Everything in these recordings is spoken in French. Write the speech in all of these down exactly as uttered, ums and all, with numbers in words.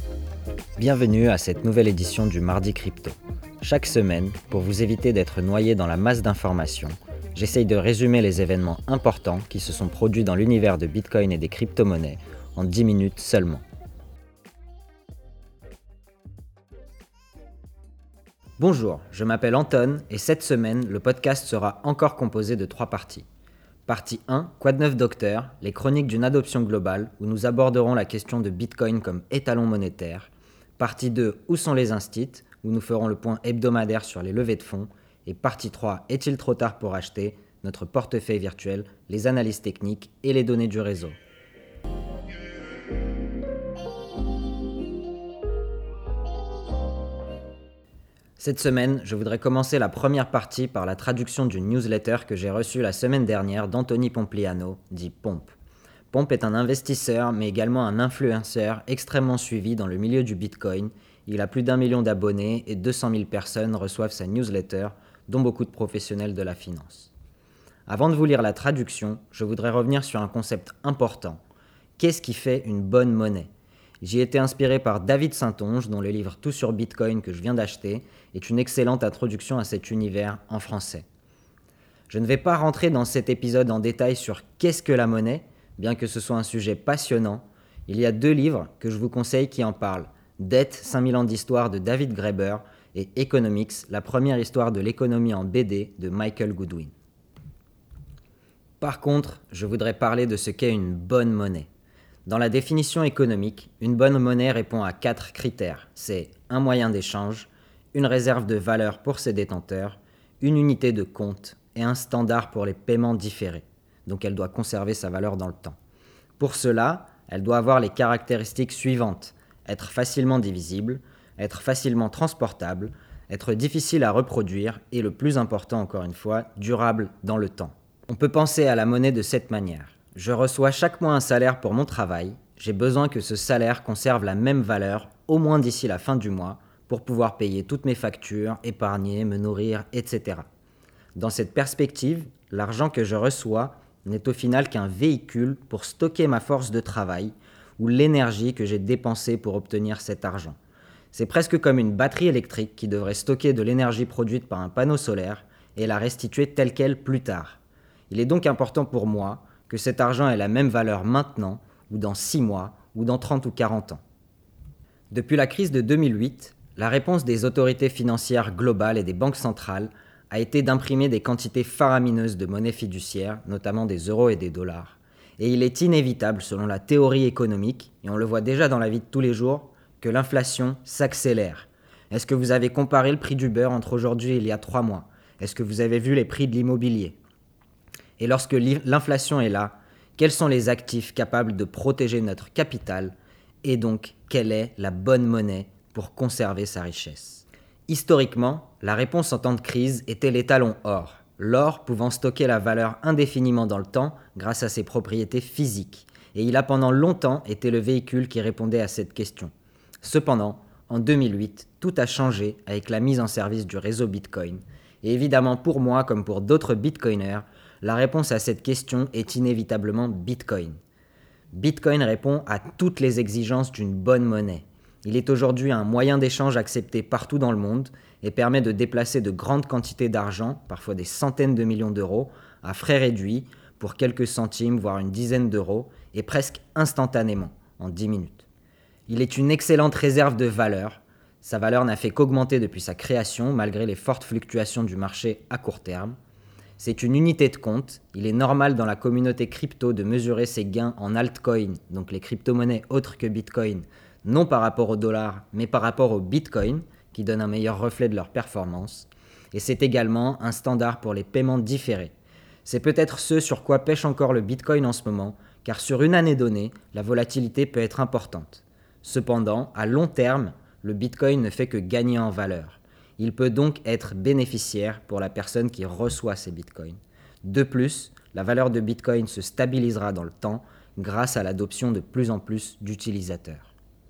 Bienvenue à cette nouvelle édition du Mardi Crypto. Chaque semaine, pour vous éviter d'être noyé dans la masse d'informations, j'essaye de résumer les événements importants qui se sont produits dans l'univers de Bitcoin et des crypto-monnaies en dix minutes seulement. Bonjour, je m'appelle Anton et cette semaine, le podcast sera encore composé de trois parties. Partie un, Quoi de neuf docteur, les chroniques d'une adoption globale où nous aborderons la question de Bitcoin comme étalon monétaire. Partie deux, Où sont les instits, où nous ferons le point hebdomadaire sur les levées de fonds. Et partie trois, Est-il trop tard pour acheter, notre portefeuille virtuel, les analyses techniques et les données du réseau. Cette semaine, je voudrais commencer la première partie par la traduction d'une newsletter que j'ai reçue la semaine dernière d'Anthony Pompliano, dit Pomp. Pomp est un investisseur, mais également un influenceur extrêmement suivi dans le milieu du Bitcoin. Il a plus d'un million d'abonnés et deux cent mille personnes reçoivent sa newsletter, dont beaucoup de professionnels de la finance. Avant de vous lire la traduction, je voudrais revenir sur un concept important. Qu'est-ce qui fait une bonne monnaie ? J'y ai été inspiré par David Saintonge, dont le livre Tout sur Bitcoin que je viens d'acheter est une excellente introduction à cet univers en français. Je ne vais pas rentrer dans cet épisode en détail sur qu'est-ce que la monnaie, bien que ce soit un sujet passionnant. Il y a deux livres que je vous conseille qui en parlent. Dette, cinq mille ans d'histoire de David Graeber et Economics, la première histoire de l'économie en B D de Michael Goodwin. Par contre, je voudrais parler de ce qu'est une bonne monnaie. Dans la définition économique, une bonne monnaie répond à quatre critères. C'est un moyen d'échange, une réserve de valeur pour ses détenteurs, une unité de compte et un standard pour les paiements différés. Donc elle doit conserver sa valeur dans le temps. Pour cela, elle doit avoir les caractéristiques suivantes. Être facilement divisible, être facilement transportable, être difficile à reproduire et le plus important encore une fois, durable dans le temps. On peut penser à la monnaie de cette manière. Je reçois chaque mois un salaire pour mon travail. J'ai besoin que ce salaire conserve la même valeur, au moins d'ici la fin du mois, pour pouvoir payer toutes mes factures, épargner, me nourrir, et cetera. Dans cette perspective, l'argent que je reçois n'est au final qu'un véhicule pour stocker ma force de travail ou l'énergie que j'ai dépensée pour obtenir cet argent. C'est presque comme une batterie électrique qui devrait stocker de l'énergie produite par un panneau solaire et la restituer telle qu'elle plus tard. Il est donc important pour moi que cet argent ait la même valeur maintenant, ou dans six mois, ou dans trente ou quarante ans. Depuis la crise de deux mille huit, la réponse des autorités financières globales et des banques centrales a été d'imprimer des quantités faramineuses de monnaie fiduciaire, notamment des euros et des dollars. Et il est inévitable, selon la théorie économique, et on le voit déjà dans la vie de tous les jours, que l'inflation s'accélère. Est-ce que vous avez comparé le prix du beurre entre aujourd'hui et il y a trois mois ? Est-ce que vous avez vu les prix de l'immobilier ? Et lorsque l'inflation est là, quels sont les actifs capables de protéger notre capital ? Et donc, quelle est la bonne monnaie pour conserver sa richesse ? Historiquement, la réponse en temps de crise était l'étalon or, l'or pouvant stocker la valeur indéfiniment dans le temps grâce à ses propriétés physiques. Et il a pendant longtemps été le véhicule qui répondait à cette question. Cependant, en deux mille huit, tout a changé avec la mise en service du réseau Bitcoin. Et évidemment, pour moi comme pour d'autres bitcoiners, la réponse à cette question est inévitablement Bitcoin. Bitcoin répond à toutes les exigences d'une bonne monnaie. Il est aujourd'hui un moyen d'échange accepté partout dans le monde et permet de déplacer de grandes quantités d'argent, parfois des centaines de millions d'euros, à frais réduits pour quelques centimes, voire une dizaine d'euros, et presque instantanément, en dix minutes. Il est une excellente réserve de valeur. Sa valeur n'a fait qu'augmenter depuis sa création, malgré les fortes fluctuations du marché à court terme. C'est une unité de compte. Il est normal dans la communauté crypto de mesurer ses gains en altcoin, donc les crypto-monnaies autres que Bitcoin, non par rapport au dollar, mais par rapport au Bitcoin, qui donne un meilleur reflet de leur performance. Et c'est également un standard pour les paiements différés. C'est peut-être ce sur quoi pêche encore le Bitcoin en ce moment, car sur une année donnée, la volatilité peut être importante. Cependant, à long terme, le Bitcoin ne fait que gagner en valeur. Il peut donc être bénéficiaire pour la personne qui reçoit ces Bitcoins. De plus, la valeur de Bitcoin se stabilisera dans le temps grâce à l'adoption de plus en plus d'utilisateurs.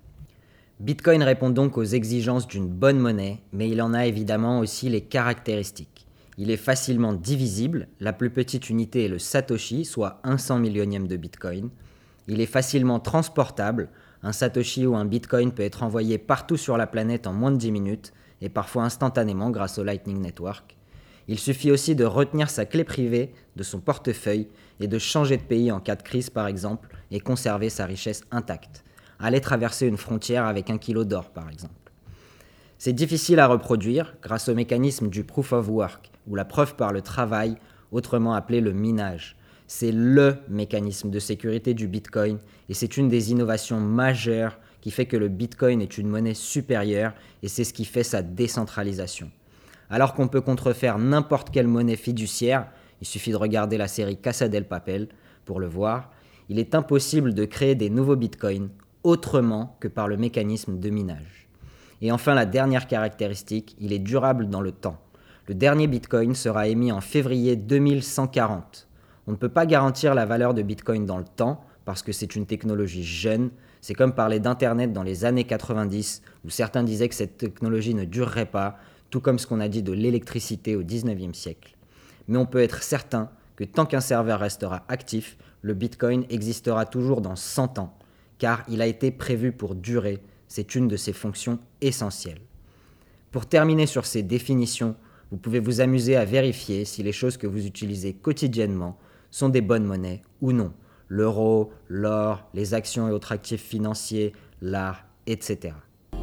Bitcoin répond donc aux exigences d'une bonne monnaie, mais il en a évidemment aussi les caractéristiques. Il est facilement divisible, la plus petite unité est le Satoshi, soit un cent millionième de Bitcoin. Il est facilement transportable, Un Satoshi ou un Bitcoin peut être envoyé partout sur la planète en moins de dix minutes, et parfois instantanément grâce au Lightning Network. Il suffit aussi de retenir sa clé privée de son portefeuille et de changer de pays en cas de crise par exemple, et conserver sa richesse intacte. Aller traverser une frontière avec un kilo d'or par exemple. C'est difficile à reproduire grâce au mécanisme du proof of work, ou la preuve par le travail, autrement appelé le minage. C'est le mécanisme de sécurité du Bitcoin et c'est une des innovations majeures qui fait que le Bitcoin est une monnaie supérieure et c'est ce qui fait sa décentralisation. Alors qu'on peut contrefaire n'importe quelle monnaie fiduciaire, il suffit de regarder la série Casa del Papel pour le voir, il est impossible de créer des nouveaux Bitcoins autrement que par le mécanisme de minage. Et enfin, la dernière caractéristique, il est durable dans le temps. Le dernier Bitcoin sera émis en février deux mille cent quarante. On ne peut pas garantir la valeur de Bitcoin dans le temps parce que c'est une technologie jeune. C'est comme parler d'Internet dans les années quatre-vingt-dix où certains disaient que cette technologie ne durerait pas, tout comme ce qu'on a dit de l'électricité au dix-neuvième siècle. Mais on peut être certain que tant qu'un serveur restera actif, le Bitcoin existera toujours dans cent ans, car il a été prévu pour durer. C'est une de ses fonctions essentielles. Pour terminer sur ces définitions, vous pouvez vous amuser à vérifier si les choses que vous utilisez quotidiennement sont des bonnes monnaies ou non. L'euro, l'or, les actions et autres actifs financiers, l'art, et cetera.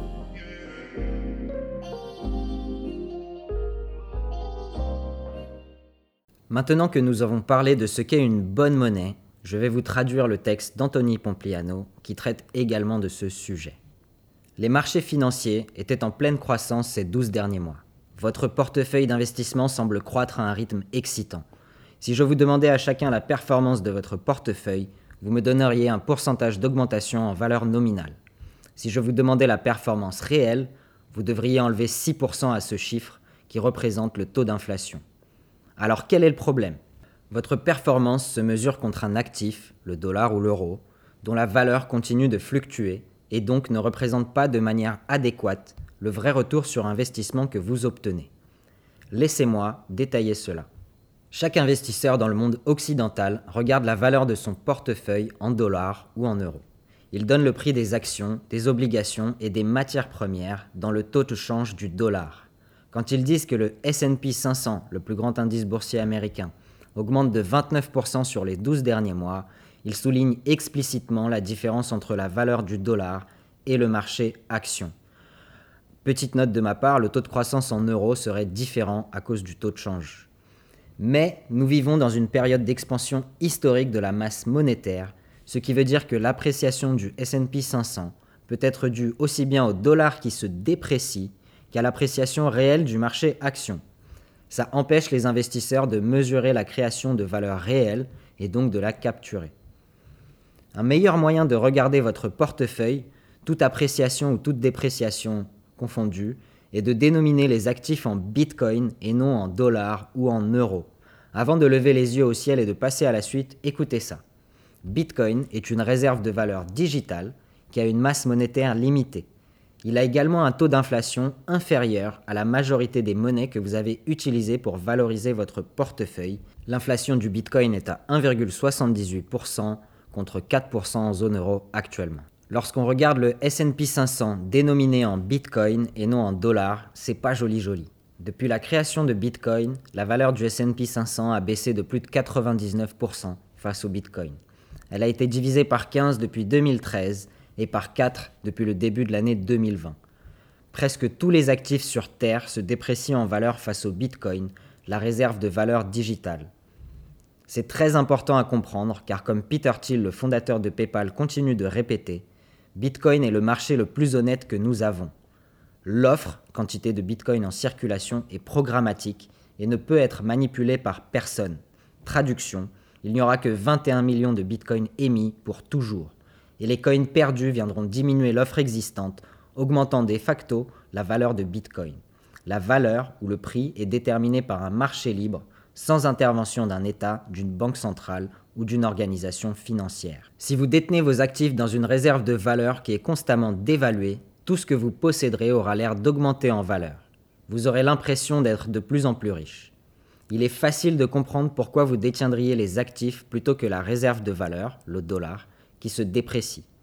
Maintenant que nous avons parlé de ce qu'est une bonne monnaie, je vais vous traduire le texte d'Anthony Pompliano qui traite également de ce sujet. Les marchés financiers étaient en pleine croissance ces douze derniers mois. Votre portefeuille d'investissement semble croître à un rythme excitant. Si je vous demandais à chacun la performance de votre portefeuille, vous me donneriez un pourcentage d'augmentation en valeur nominale. Si je vous demandais la performance réelle, vous devriez enlever six pour cent à ce chiffre qui représente le taux d'inflation. Alors quel est le problème ? Votre performance se mesure contre un actif, le dollar ou l'euro, dont la valeur continue de fluctuer et donc ne représente pas de manière adéquate le vrai retour sur investissement que vous obtenez. Laissez-moi détailler cela. Chaque investisseur dans le monde occidental regarde la valeur de son portefeuille en dollars ou en euros. Il donne le prix des actions, des obligations et des matières premières dans le taux de change du dollar. Quand ils disent que le S and P cinq cents, le plus grand indice boursier américain, augmente de vingt-neuf pour cent sur les douze derniers mois, ils soulignent explicitement la différence entre la valeur du dollar et le marché action. Petite note de ma part, le taux de croissance en euros serait différent à cause du taux de change. Mais nous vivons dans une période d'expansion historique de la masse monétaire, ce qui veut dire que l'appréciation du S and P cinq cents peut être due aussi bien au dollar qui se déprécie qu'à l'appréciation réelle du marché action. Ça empêche les investisseurs de mesurer la création de valeur réelle et donc de la capturer. Un meilleur moyen de regarder votre portefeuille, toute appréciation ou toute dépréciation confondue, est de dénominer les actifs en Bitcoin et non en dollars ou en euros. Avant de lever les yeux au ciel et de passer à la suite, écoutez ça. Bitcoin est une réserve de valeur digitale qui a une masse monétaire limitée. Il a également un taux d'inflation inférieur à la majorité des monnaies que vous avez utilisées pour valoriser votre portefeuille. L'inflation du Bitcoin est à un virgule soixante-dix-huit pour cent contre quatre pour cent en zone euro actuellement. Lorsqu'on regarde le S and P cinq cents dénominé en Bitcoin et non en dollars, c'est pas joli joli. Depuis la création de Bitcoin, la valeur du S and P cinq cents a baissé de plus de quatre-vingt-dix-neuf pour cent face au Bitcoin. Elle a été divisée par quinze depuis deux mille treize et par quatre depuis le début de l'année deux mille vingt. Presque tous les actifs sur Terre se déprécient en valeur face au Bitcoin, la réserve de valeur digitale. C'est très important à comprendre car comme Peter Thiel, le fondateur de PayPal, continue de répéter, Bitcoin est le marché le plus honnête que nous avons. L'offre, quantité de Bitcoin en circulation, est programmatique et ne peut être manipulée par personne. Traduction, il n'y aura que vingt et un millions de Bitcoin émis pour toujours. Et les coins perdus viendront diminuer l'offre existante, augmentant de facto la valeur de Bitcoin. La valeur ou le prix est déterminé par un marché libre, sans intervention d'un État, d'une banque centrale ou d'une organisation financière. Si vous détenez vos actifs dans une réserve de valeur qui est constamment dévaluée, tout ce que vous posséderez aura l'air d'augmenter en valeur. Vous aurez l'impression d'être de plus en plus riche. Il est facile de comprendre pourquoi vous détiendriez les actifs plutôt que la réserve de valeur, le dollar, qui se déprécie.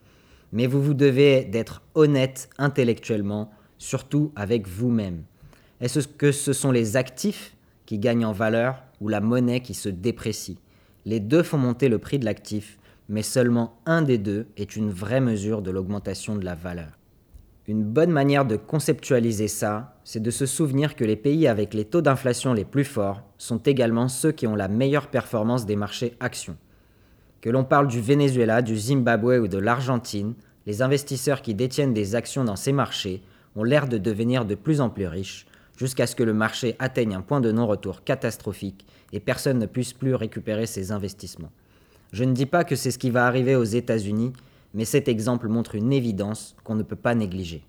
mais vous vous devez d'être honnête intellectuellement, surtout avec vous-même. Est-ce que ce sont les actifs qui gagnent en valeur ou la monnaie qui se déprécie? Les deux font monter le prix de l'actif, mais seulement un des deux est une vraie mesure de l'augmentation de la valeur. Une bonne manière de conceptualiser ça, c'est de se souvenir que les pays avec les taux d'inflation les plus forts sont également ceux qui ont la meilleure performance des marchés actions. Que l'on parle du Venezuela, du Zimbabwe ou de l'Argentine, les investisseurs qui détiennent des actions dans ces marchés ont l'air de devenir de plus en plus riches, jusqu'à ce que le marché atteigne un point de non-retour catastrophique et personne ne puisse plus récupérer ses investissements. Je ne dis pas que c'est ce qui va arriver aux États-Unis, mais cet exemple montre une évidence qu'on ne peut pas négliger.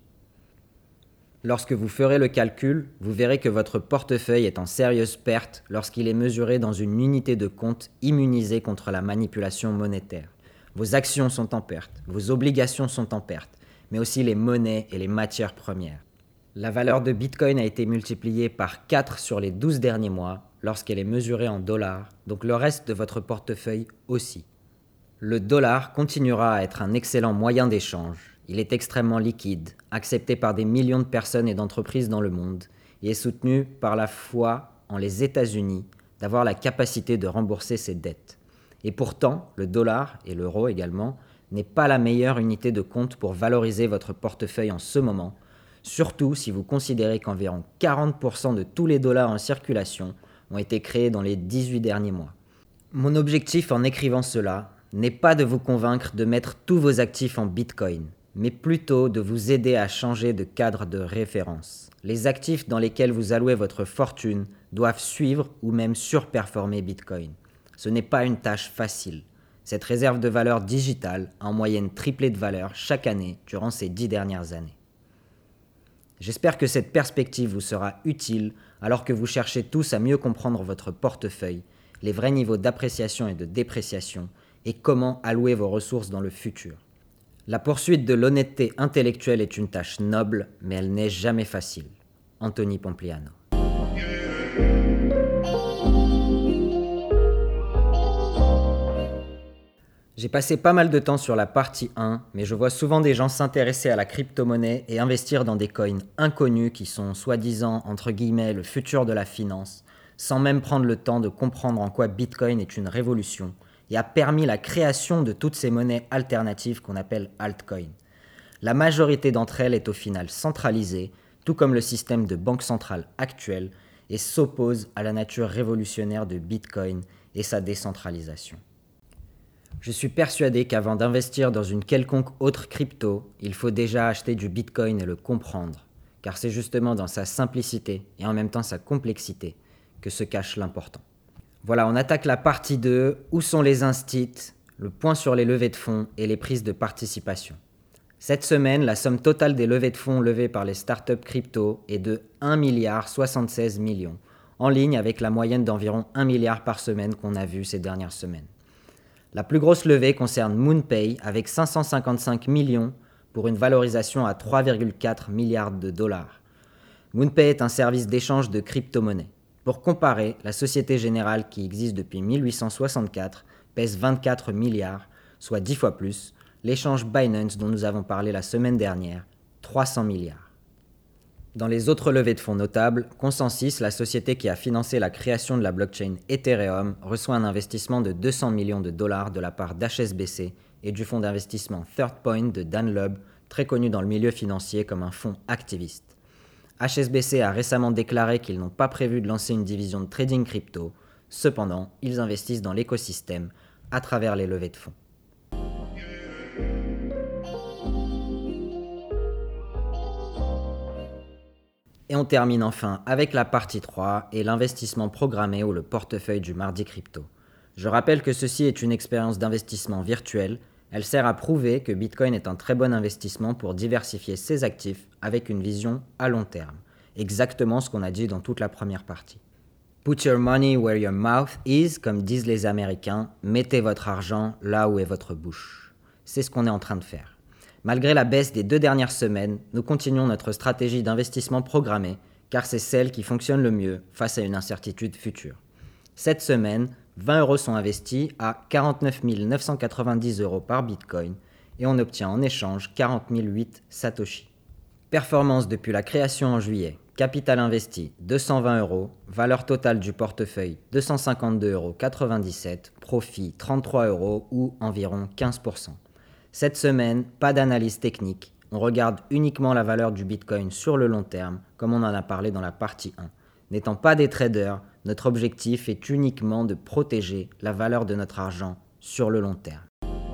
Lorsque vous ferez le calcul, vous verrez que votre portefeuille est en sérieuse perte lorsqu'il est mesuré dans une unité de compte immunisée contre la manipulation monétaire. Vos actions sont en perte, vos obligations sont en perte, mais aussi les monnaies et les matières premières. La valeur de Bitcoin a été multipliée par quatre sur les douze derniers mois lorsqu'elle est mesurée en dollars, donc le reste de votre portefeuille aussi. Le dollar continuera à être un excellent moyen d'échange. Il est extrêmement liquide, accepté par des millions de personnes et d'entreprises dans le monde, et est soutenu par la foi en les États-Unis d'avoir la capacité de rembourser ses dettes. Et pourtant, le dollar, et l'euro également, n'est pas la meilleure unité de compte pour valoriser votre portefeuille en ce moment, surtout si vous considérez qu'environ quarante pour cent de tous les dollars en circulation ont été créés dans les dix-huit derniers mois. Mon objectif en écrivant cela n'est pas de vous convaincre de mettre tous vos actifs en Bitcoin, mais plutôt de vous aider à changer de cadre de référence. Les actifs dans lesquels vous allouez votre fortune doivent suivre ou même surperformer Bitcoin. Ce n'est pas une tâche facile. Cette réserve de valeur digitale a en moyenne triplé de valeur chaque année durant ces dix dernières années. J'espère que cette perspective vous sera utile alors que vous cherchez tous à mieux comprendre votre portefeuille, les vrais niveaux d'appréciation et de dépréciation, et comment allouer vos ressources dans le futur. La poursuite de l'honnêteté intellectuelle est une tâche noble, mais elle n'est jamais facile. Anthony Pompliano. J'ai passé pas mal de temps sur la partie un, mais je vois souvent des gens s'intéresser à la crypto-monnaie et investir dans des coins inconnus qui sont soi-disant, entre guillemets, le futur de la finance, sans même prendre le temps de comprendre en quoi Bitcoin est une révolution et a permis la création de toutes ces monnaies alternatives qu'on appelle altcoins. La majorité d'entre elles est au final centralisée, tout comme le système de banque centrale actuel, et s'oppose à la nature révolutionnaire de Bitcoin et sa décentralisation. Je suis persuadé qu'avant d'investir dans une quelconque autre crypto, il faut déjà acheter du Bitcoin et le comprendre, car c'est justement dans sa simplicité et en même temps sa complexité que se cache l'important. Voilà, on attaque la partie deux, où sont les instits, le point sur les levées de fonds et les prises de participation. Cette semaine, la somme totale des levées de fonds levées par les startups crypto est de un virgule soixante-seize milliard, en ligne avec la moyenne d'environ un milliard par semaine qu'on a vue ces dernières semaines. La plus grosse levée concerne MoonPay avec cinq cent cinquante-cinq millions pour une valorisation à trois virgule quatre milliards de dollars. MoonPay est un service d'échange de crypto-monnaies. Pour comparer, la Société Générale qui existe depuis mille huit cent soixante-quatre pèse vingt-quatre milliards, soit dix fois plus, l'échange Binance dont nous avons parlé la semaine dernière, trois cents milliards. Dans les autres levées de fonds notables, Consensus, la société qui a financé la création de la blockchain Ethereum, reçoit un investissement de deux cents millions de dollars de la part d'H S B C et du fonds d'investissement Third Point de Dan Loeb, très connu dans le milieu financier comme un fonds activiste. H S B C a récemment déclaré qu'ils n'ont pas prévu de lancer une division de trading crypto. Cependant, ils investissent dans l'écosystème à travers les levées de fonds. Et on termine enfin avec la partie trois et l'investissement programmé ou le portefeuille du mardi crypto. Je rappelle que ceci est une expérience d'investissement virtuelle. Elle sert à prouver que Bitcoin est un très bon investissement pour diversifier ses actifs avec une vision à long terme. Exactement ce qu'on a dit dans toute la première partie. Put your money where your mouth is, comme disent les Américains, mettez votre argent là où est votre bouche. C'est ce qu'on est en train de faire. Malgré la baisse des deux dernières semaines, nous continuons notre stratégie d'investissement programmé, car c'est celle qui fonctionne le mieux face à une incertitude future. Cette semaine, vingt euros sont investis à quarante-neuf mille neuf cent quatre-vingt-dix euros par Bitcoin et on obtient en échange quarante mille huit Satoshi. Performance depuis la création en juillet. Capital investi deux cent vingt euros, valeur totale du portefeuille deux cent cinquante-deux euros quatre-vingt-dix-sept, profit trente-trois euros ou environ quinze pour cent. Cette semaine, pas d'analyse technique, on regarde uniquement la valeur du Bitcoin sur le long terme, comme on en a parlé dans la partie un. N'étant pas des traders, notre objectif est uniquement de protéger la valeur de notre argent sur le long terme.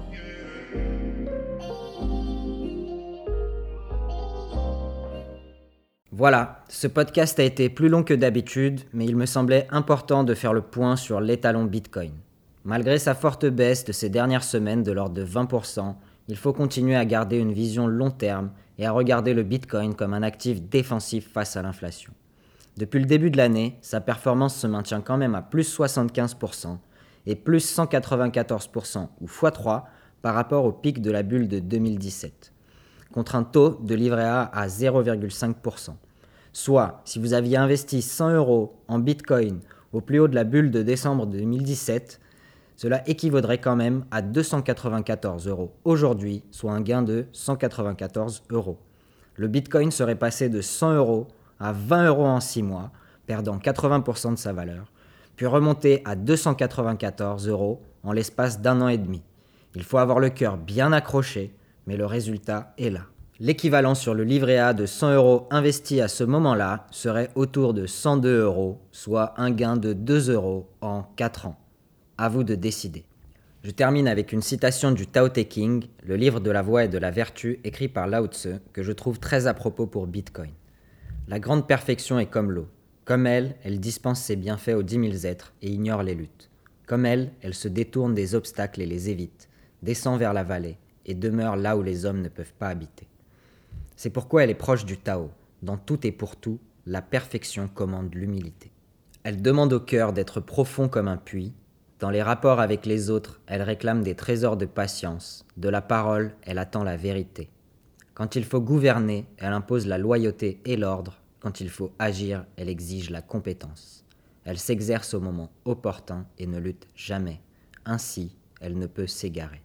Voilà, ce podcast a été plus long que d'habitude, mais il me semblait important de faire le point sur l'étalon Bitcoin. Malgré sa forte baisse de ces dernières semaines de l'ordre de vingt pour cent, il faut continuer à garder une vision long terme et à regarder le Bitcoin comme un actif défensif face à l'inflation. Depuis le début de l'année, sa performance se maintient quand même à plus soixante-quinze pour cent et plus cent quatre-vingt-quatorze pour cent ou fois trois par rapport au pic de la bulle de deux mille dix-sept, contre un taux de livret A à zéro virgule cinq pour cent. Soit, si vous aviez investi cent euros en Bitcoin au plus haut de la bulle de décembre deux mille dix-sept, cela équivaudrait quand même à deux cent quatre-vingt-quatorze euros aujourd'hui, soit un gain de cent quatre-vingt-quatorze euros. Le Bitcoin serait passé de cent euros à vingt euros en six mois, perdant quatre-vingts pour cent de sa valeur, puis remonter à deux cent quatre-vingt-quatorze euros en l'espace d'un an et demi. Il faut avoir le cœur bien accroché, mais le résultat est là. L'équivalent sur le livret A de cent euros investi à ce moment-là serait autour de cent deux euros, soit un gain de deux euros en quatre ans. À vous de décider. Je termine avec une citation du Tao Te Ching, le livre de la voie et de la vertu écrit par Lao Tse, que je trouve très à propos pour Bitcoin. La grande perfection est comme l'eau. Comme elle, elle dispense ses bienfaits aux dix mille êtres et ignore les luttes. Comme elle, elle se détourne des obstacles et les évite, descend vers la vallée et demeure là où les hommes ne peuvent pas habiter. C'est pourquoi elle est proche du Tao. Dans tout et pour tout, la perfection commande l'humilité. Elle demande au cœur d'être profond comme un puits. Dans les rapports avec les autres, elle réclame des trésors de patience. De la parole, elle attend la vérité. Quand il faut gouverner, elle impose la loyauté et l'ordre. Quand il faut agir, elle exige la compétence. Elle s'exerce au moment opportun et ne lutte jamais. Ainsi, elle ne peut s'égarer.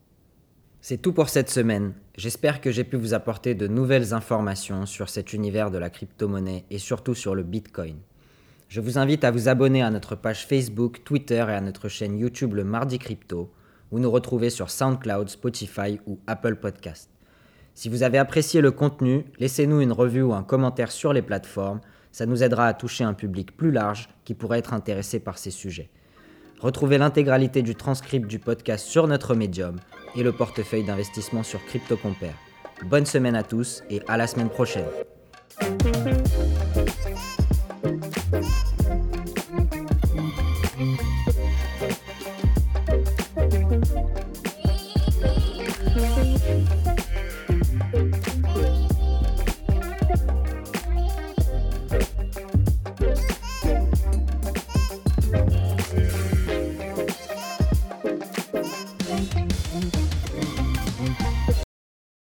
C'est tout pour cette semaine. J'espère que j'ai pu vous apporter de nouvelles informations sur cet univers de la crypto-monnaie et surtout sur le Bitcoin. Je vous invite à vous abonner à notre page Facebook, Twitter et à notre chaîne YouTube Le Mardi Crypto, ou nous retrouver sur SoundCloud, Spotify ou Apple Podcast. Si vous avez apprécié le contenu, laissez-nous une revue ou un commentaire sur les plateformes, ça nous aidera à toucher un public plus large qui pourrait être intéressé par ces sujets. Retrouvez l'intégralité du transcript du podcast sur notre Medium et le portefeuille d'investissement sur CryptoCompare. Bonne semaine à tous et à la semaine prochaine.